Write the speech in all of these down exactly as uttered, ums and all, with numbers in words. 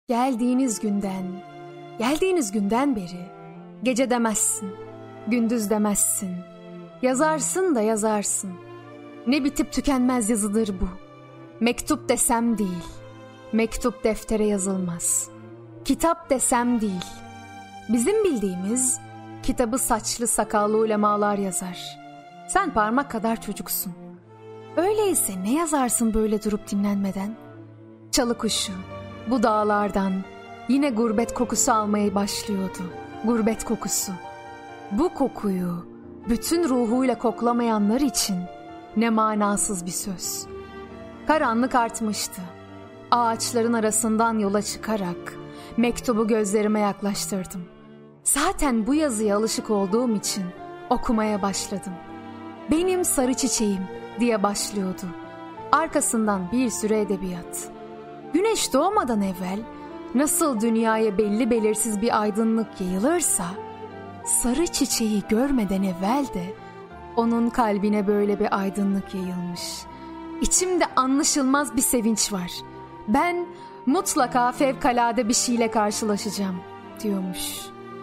Geldiğiniz günden, geldiğiniz günden beri gece demezsin, gündüz demezsin. Yazarsın da yazarsın. Ne bitip tükenmez yazıdır bu. Mektup desem değil, mektup deftere yazılmaz. Kitap desem değil. Bizim bildiğimiz kitabı saçlı sakallı ulemalar yazar. Sen parmak kadar çocuksun. Öyleyse ne yazarsın böyle durup dinlenmeden? Çalı kuşu bu dağlardan yine gurbet kokusu almaya başlıyordu. Gurbet kokusu. Bu kokuyu bütün ruhuyla koklamayanlar için ne manasız bir söz. Karanlık artmıştı. Ağaçların arasından yola çıkarak mektubu gözlerime yaklaştırdım. Zaten bu yazıya alışık olduğum için okumaya başladım. Benim sarı çiçeğim diye başlıyordu. Arkasından bir sürü edebiyat. Güneş doğmadan evvel nasıl dünyaya belli belirsiz bir aydınlık yayılırsa, sarı çiçeği görmeden evvel de onun kalbine böyle bir aydınlık yayılmış. İçimde anlaşılmaz bir sevinç var. Ben mutlaka fevkalade bir şeyle karşılaşacağım diyormuş.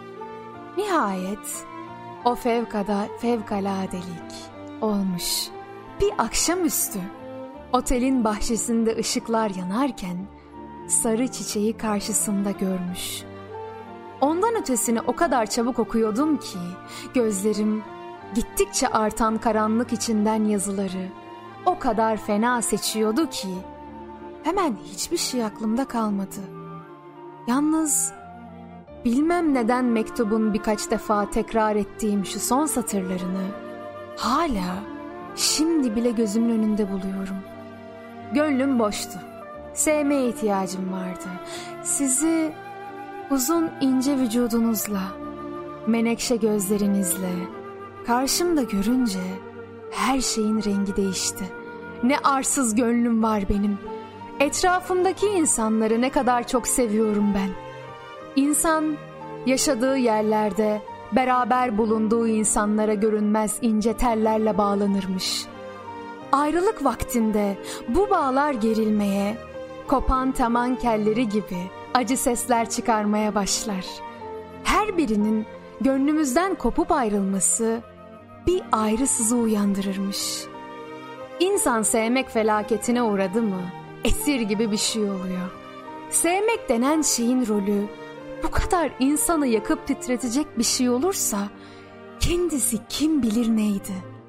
Nihayet o fevkada fevkaladelik olmuş. Bir akşamüstü otelin bahçesinde ışıklar yanarken sarı çiçeği karşısında görmüş. Ondan ötesini o kadar çabuk okuyordum ki gözlerim gittikçe artan karanlık içinden yazıları o kadar fena seçiyordu ki hemen hiçbir şey aklımda kalmadı. Yalnız bilmem neden mektubun birkaç defa tekrar ettiğim şu son satırlarını hala şimdi bile gözümün önünde buluyorum. Gönlüm boştu. Sevmeye ihtiyacım vardı. Sizi uzun ince vücudunuzla, menekşe gözlerinizle karşımda görünce her şeyin rengi değişti. Ne arsız gönlüm var benim. Etrafımdaki insanları ne kadar çok seviyorum ben. İnsan yaşadığı yerlerde beraber bulunduğu insanlara görünmez ince tellerle bağlanırmış. Ayrılık vaktinde bu bağlar gerilmeye, kopan taman kelleri gibi acı sesler çıkarmaya başlar. Her birinin gönlümüzden kopup ayrılması bir ayrı sızı uyandırırmış. İnsan sevmek felaketine uğradı mı esir gibi bir şey oluyor. Sevmek denen şeyin rolü bu kadar insanı yakıp titretecek bir şey olursa kendisi kim bilir neydi?